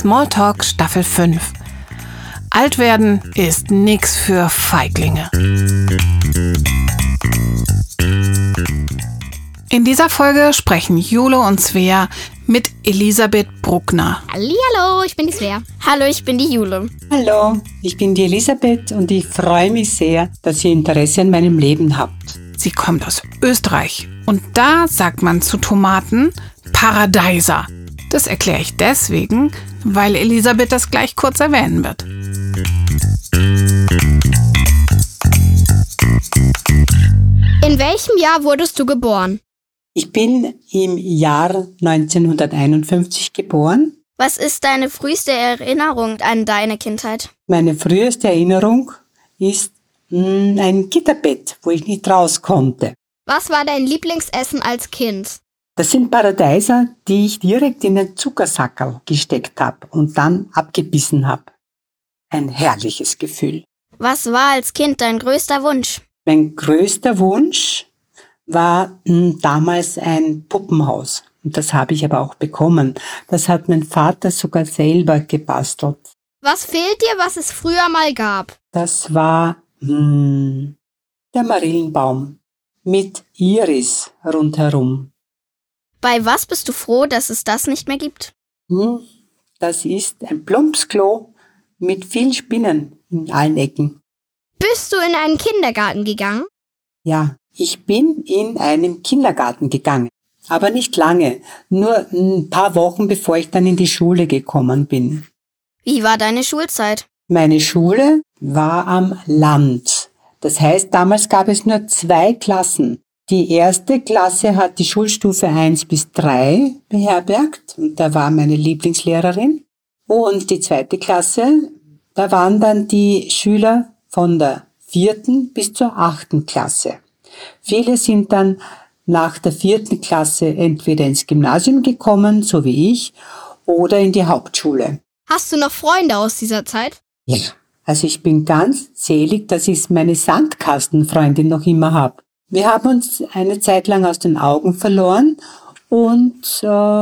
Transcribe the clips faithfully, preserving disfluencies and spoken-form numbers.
Smalltalk Staffel fünf. Alt werden ist nix für Feiglinge. In dieser Folge sprechen Jule und Svea mit Elisabeth Bruckner. Hallihallo, ich bin die Svea. Hallo, ich bin die Jule. Hallo, ich bin die Elisabeth und ich freue mich sehr, dass ihr Interesse an meinem Leben habt. Sie kommt aus Österreich und da sagt man zu Tomaten Paradeiser. Das erkläre ich deswegen, weil Elisabeth das gleich kurz erwähnen wird. In welchem Jahr wurdest du geboren? Ich bin im Jahr neunzehnhunderteinundfünfzig geboren. Was ist deine früheste Erinnerung an deine Kindheit? Meine früheste Erinnerung ist mh, ein Gitterbett, wo ich nicht raus konnte. Was war dein Lieblingsessen als Kind? Das sind Paradeiser, die ich direkt in den Zuckersackerl gesteckt habe und dann abgebissen habe. Ein herrliches Gefühl. Was war als Kind dein größter Wunsch? Mein größter Wunsch war mh, damals ein Puppenhaus. Und das habe ich aber auch bekommen. Das hat mein Vater sogar selber gebastelt. Was fehlt dir, was es früher mal gab? Das war mh, der Marillenbaum mit Iris rundherum. Bei was bist du froh, dass es das nicht mehr gibt? Hm, das ist ein Plumpsklo mit vielen Spinnen in allen Ecken. Bist du in einen Kindergarten gegangen? Ja, ich bin in einen Kindergarten gegangen, aber nicht lange, nur ein paar Wochen, bevor ich dann in die Schule gekommen bin. Wie war deine Schulzeit? Meine Schule war am Land. Das heißt, damals gab es nur zwei Klassen. Die erste Klasse hat die Schulstufe eins bis drei beherbergt und da war meine Lieblingslehrerin. Und die zweite Klasse, da waren dann die Schüler von der vierten bis zur achten Klasse. Viele sind dann nach der vierten Klasse entweder ins Gymnasium gekommen, so wie ich, oder in die Hauptschule. Hast du noch Freunde aus dieser Zeit? Ja, also ich bin ganz selig, dass ich meine Sandkastenfreundin noch immer habe. Wir haben uns eine Zeit lang aus den Augen verloren und äh,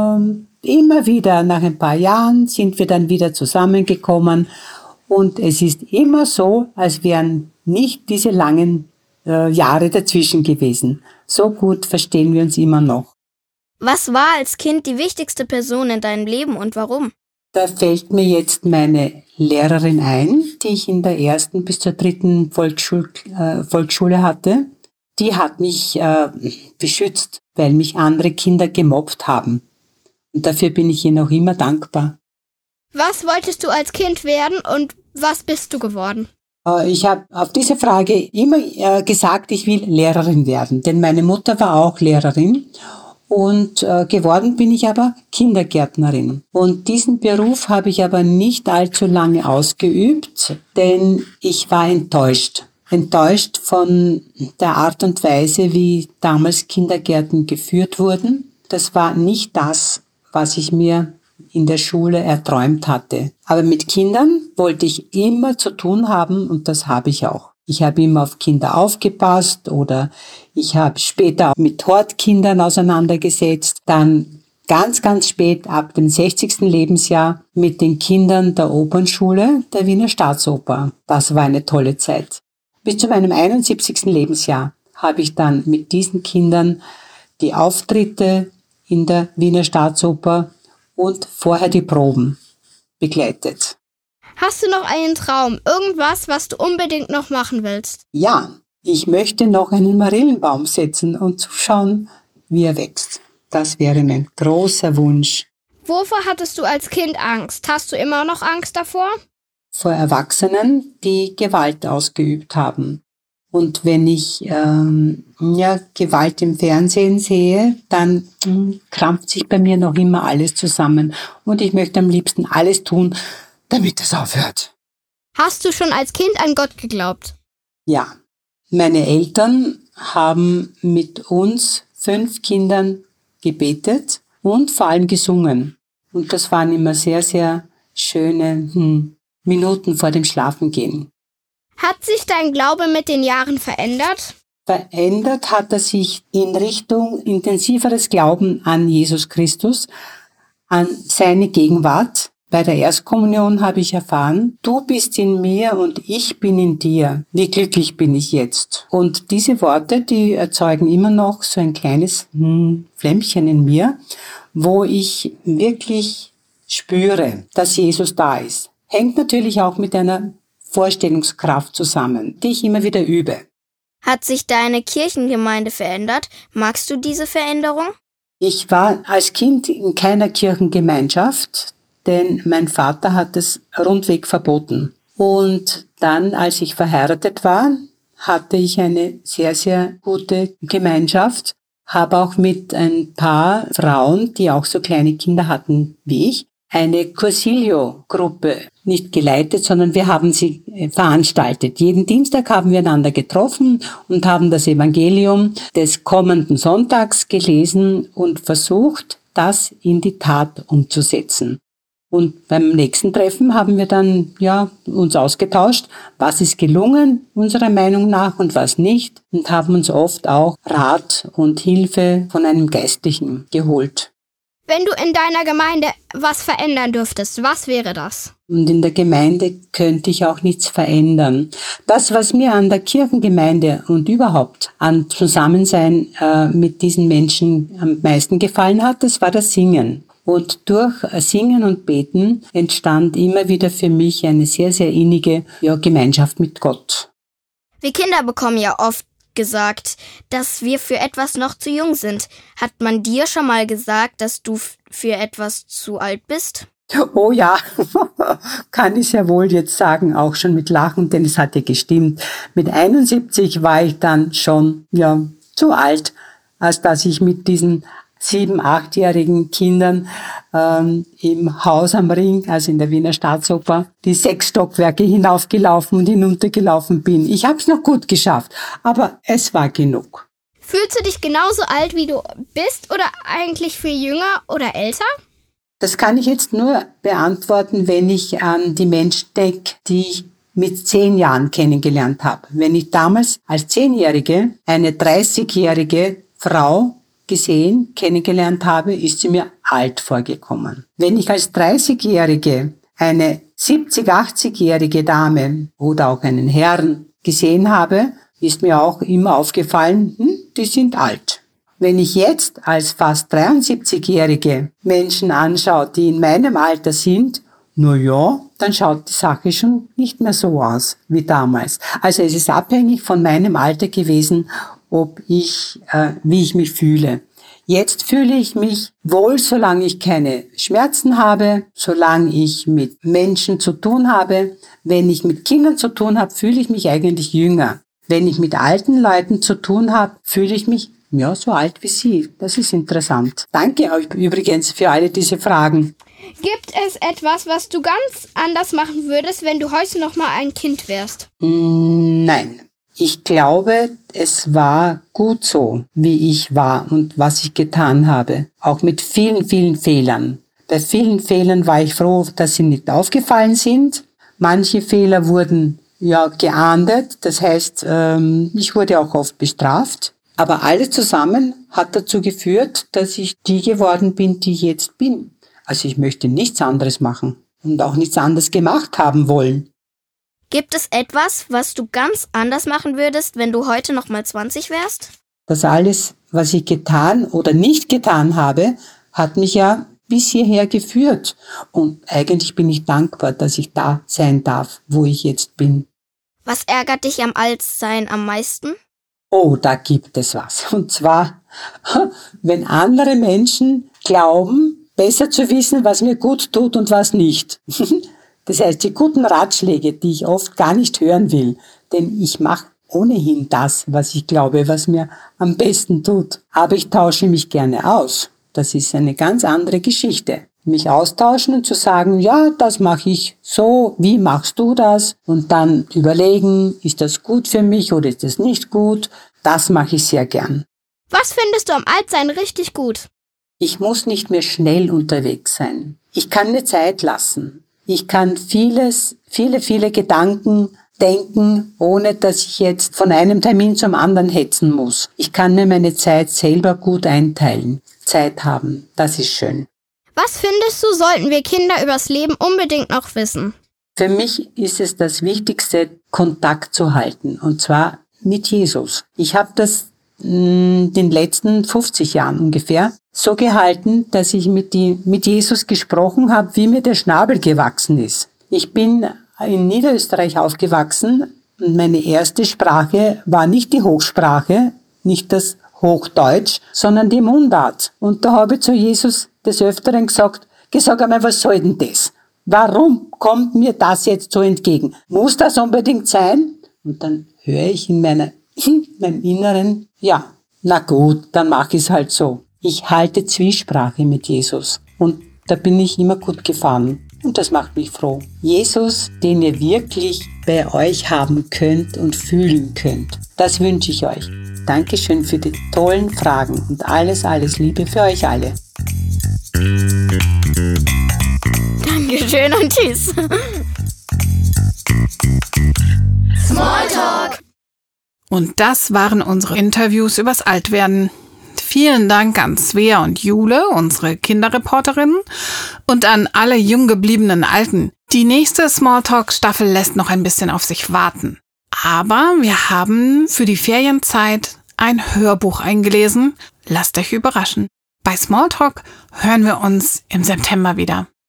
immer wieder, nach ein paar Jahren, sind wir dann wieder zusammengekommen. Und es ist immer so, als wären nicht diese langen äh, Jahre dazwischen gewesen. So gut verstehen wir uns immer noch. Was war als Kind die wichtigste Person in deinem Leben und warum? Da fällt mir jetzt meine Lehrerin ein, die ich in der ersten bis zur dritten Volksschul- äh, Volksschule hatte. Die hat mich äh, beschützt, weil mich andere Kinder gemobbt haben. Und dafür bin ich ihr noch immer dankbar. Was wolltest du als Kind werden und was bist du geworden? Äh, ich habe auf diese Frage immer äh, gesagt, ich will Lehrerin werden, denn meine Mutter war auch Lehrerin. Und äh, geworden bin ich aber Kindergärtnerin. Und diesen Beruf habe ich aber nicht allzu lange ausgeübt, denn ich war enttäuscht. Enttäuscht von der Art und Weise, wie damals Kindergärten geführt wurden. Das war nicht das, was ich mir in der Schule erträumt hatte. Aber mit Kindern wollte ich immer zu tun haben und das habe ich auch. Ich habe immer auf Kinder aufgepasst oder ich habe später mit Hortkindern auseinandergesetzt. Dann ganz, ganz spät, ab dem sechzigsten Lebensjahr, mit den Kindern der Opernschule der Wiener Staatsoper. Das war eine tolle Zeit. Bis zu meinem einundsiebzigsten Lebensjahr habe ich dann mit diesen Kindern die Auftritte in der Wiener Staatsoper und vorher die Proben begleitet. Hast du noch einen Traum, irgendwas, was du unbedingt noch machen willst? Ja, ich möchte noch einen Marillenbaum setzen und zuschauen, wie er wächst. Das wäre mein großer Wunsch. Wovor hattest du als Kind Angst? Hast du immer noch Angst davor? Vor Erwachsenen, die Gewalt ausgeübt haben. Und wenn ich ähm, ja, Gewalt im Fernsehen sehe, dann mh, krampft sich bei mir noch immer alles zusammen. Und ich möchte am liebsten alles tun, damit es aufhört. Hast du schon als Kind an Gott geglaubt? Ja, meine Eltern haben mit uns fünf Kindern gebetet und vor allem gesungen. Und das waren immer sehr, sehr schöne hm, Minuten vor dem Schlafengehen. Hat sich dein Glaube mit den Jahren verändert? Verändert hat er sich in Richtung intensiveres Glauben an Jesus Christus, an seine Gegenwart. Bei der Erstkommunion habe ich erfahren, du bist in mir und ich bin in dir. Wie glücklich bin ich jetzt. Und diese Worte, die erzeugen immer noch so ein kleines hm, Flämmchen in mir, wo ich wirklich spüre, dass Jesus da ist. Hängt natürlich auch mit einer Vorstellungskraft zusammen, die ich immer wieder übe. Hat sich deine Kirchengemeinde verändert? Magst du diese Veränderung? Ich war als Kind in keiner Kirchengemeinschaft, denn mein Vater hat es rundweg verboten. Und dann, als ich verheiratet war, hatte ich eine sehr, sehr gute Gemeinschaft, habe auch mit ein paar Frauen, die auch so kleine Kinder hatten wie ich, eine Cursilio-Gruppe nicht geleitet, sondern wir haben sie veranstaltet. Jeden Dienstag haben wir einander getroffen und haben das Evangelium des kommenden Sonntags gelesen und versucht, das in die Tat umzusetzen. Und beim nächsten Treffen haben wir dann ja uns ausgetauscht, was ist gelungen unserer Meinung nach und was nicht, und haben uns oft auch Rat und Hilfe von einem Geistlichen geholt. Wenn du in deiner Gemeinde was verändern dürftest, was wäre das? Und in der Gemeinde könnte ich auch nichts verändern. Das, was mir an der Kirchengemeinde und überhaupt an Zusammensein äh, mit diesen Menschen am meisten gefallen hat, das war das Singen. Und durch Singen und Beten entstand immer wieder für mich eine sehr, sehr innige ja, Gemeinschaft mit Gott. Wir Kinder bekommen ja oft gesagt, dass wir für etwas noch zu jung sind. Hat man dir schon mal gesagt, dass du f- für etwas zu alt bist? Oh ja, kann ich ja wohl jetzt sagen, auch schon mit Lachen, denn es hat ja gestimmt. Mit einundsiebzig war ich dann schon ja zu alt, als dass ich mit diesen sieben-, achtjährigen Kindern ähm, im Haus am Ring, also in der Wiener Staatsoper, die sechs Stockwerke hinaufgelaufen und hinuntergelaufen bin. Ich habe es noch gut geschafft, aber es war genug. Fühlst du dich genauso alt, wie du bist, oder eigentlich viel jünger oder älter? Das kann ich jetzt nur beantworten, wenn ich an die Menschen denke, die ich mit zehn Jahren kennengelernt habe. Wenn ich damals als Zehnjährige eine dreißigjährige Frau gesehen, kennengelernt habe, ist sie mir alt vorgekommen. Wenn ich als dreißigjährige eine siebzig-, achtzigjährige Dame oder auch einen Herrn gesehen habe, ist mir auch immer aufgefallen, hm, die sind alt. Wenn ich jetzt als fast dreiundsiebzigjährige Menschen anschaue, die in meinem Alter sind, na ja, dann schaut die Sache schon nicht mehr so aus wie damals. Also es ist abhängig von meinem Alter gewesen, ob ich, äh, wie ich mich fühle. Jetzt fühle ich mich wohl, solange ich keine Schmerzen habe, solange ich mit Menschen zu tun habe. Wenn ich mit Kindern zu tun habe, fühle ich mich eigentlich jünger. Wenn ich mit alten Leuten zu tun habe, fühle ich mich ja so alt wie Sie. Das ist interessant. Danke euch übrigens für alle diese Fragen. Gibt es etwas, was du ganz anders machen würdest, wenn du heute noch mal ein Kind wärst? Mm, nein. Ich glaube, es war gut so, wie ich war und was ich getan habe. Auch mit vielen, vielen Fehlern. Bei vielen Fehlern war ich froh, dass sie nicht aufgefallen sind. Manche Fehler wurden ja geahndet. Das heißt, ähm, ich wurde auch oft bestraft. Aber alles zusammen hat dazu geführt, dass ich die geworden bin, die ich jetzt bin. Also ich möchte nichts anderes machen und auch nichts anderes gemacht haben wollen. Gibt es etwas, was du ganz anders machen würdest, wenn du heute noch mal zwanzig wärst? Das alles, was ich getan oder nicht getan habe, hat mich ja bis hierher geführt. Und eigentlich bin ich dankbar, dass ich da sein darf, wo ich jetzt bin. Was ärgert dich am Altsein am meisten? Oh, da gibt es was. Und zwar, wenn andere Menschen glauben, besser zu wissen, was mir gut tut und was nicht. Das heißt, die guten Ratschläge, die ich oft gar nicht hören will, denn ich mache ohnehin das, was ich glaube, was mir am besten tut. Aber ich tausche mich gerne aus. Das ist eine ganz andere Geschichte. Mich austauschen und zu sagen, ja, das mache ich so, wie machst du das? Und dann überlegen, ist das gut für mich oder ist das nicht gut? Das mache ich sehr gern. Was findest du am Altsein richtig gut? Ich muss nicht mehr schnell unterwegs sein. Ich kann mir Zeit lassen. Ich kann vieles, viele, viele Gedanken denken, ohne dass ich jetzt von einem Termin zum anderen hetzen muss. Ich kann mir meine Zeit selber gut einteilen. Zeit haben, das ist schön. Was findest du, sollten wir Kinder übers Leben unbedingt noch wissen? Für mich ist es das Wichtigste, Kontakt zu halten, und zwar mit Jesus. Ich habe das in den letzten fünfzig Jahren ungefähr so gehalten, dass ich mit, die, mit Jesus gesprochen habe, wie mir der Schnabel gewachsen ist. Ich bin in Niederösterreich aufgewachsen und meine erste Sprache war nicht die Hochsprache, nicht das Hochdeutsch, sondern die Mundart. Und da habe ich zu Jesus des Öfteren gesagt, gesagt einmal, was soll denn das? Warum kommt mir das jetzt so entgegen? Muss das unbedingt sein? Und dann höre ich in meiner, in meinem Inneren, ja, na gut, dann mache ich es halt so. Ich halte Zwiesprache mit Jesus und da bin ich immer gut gefahren und das macht mich froh. Jesus, den ihr wirklich bei euch haben könnt und fühlen könnt, das wünsche ich euch. Dankeschön für die tollen Fragen und alles, alles Liebe für euch alle. Dankeschön und tschüss. Smalltalk. Und das waren unsere Interviews übers Altwerden. Vielen Dank an Svea und Jule, unsere Kinderreporterinnen, und an alle jung gebliebenen Alten. Die nächste Smalltalk-Staffel lässt noch ein bisschen auf sich warten. Aber wir haben für die Ferienzeit ein Hörbuch eingelesen. Lasst euch überraschen. Bei Smalltalk hören wir uns im September wieder.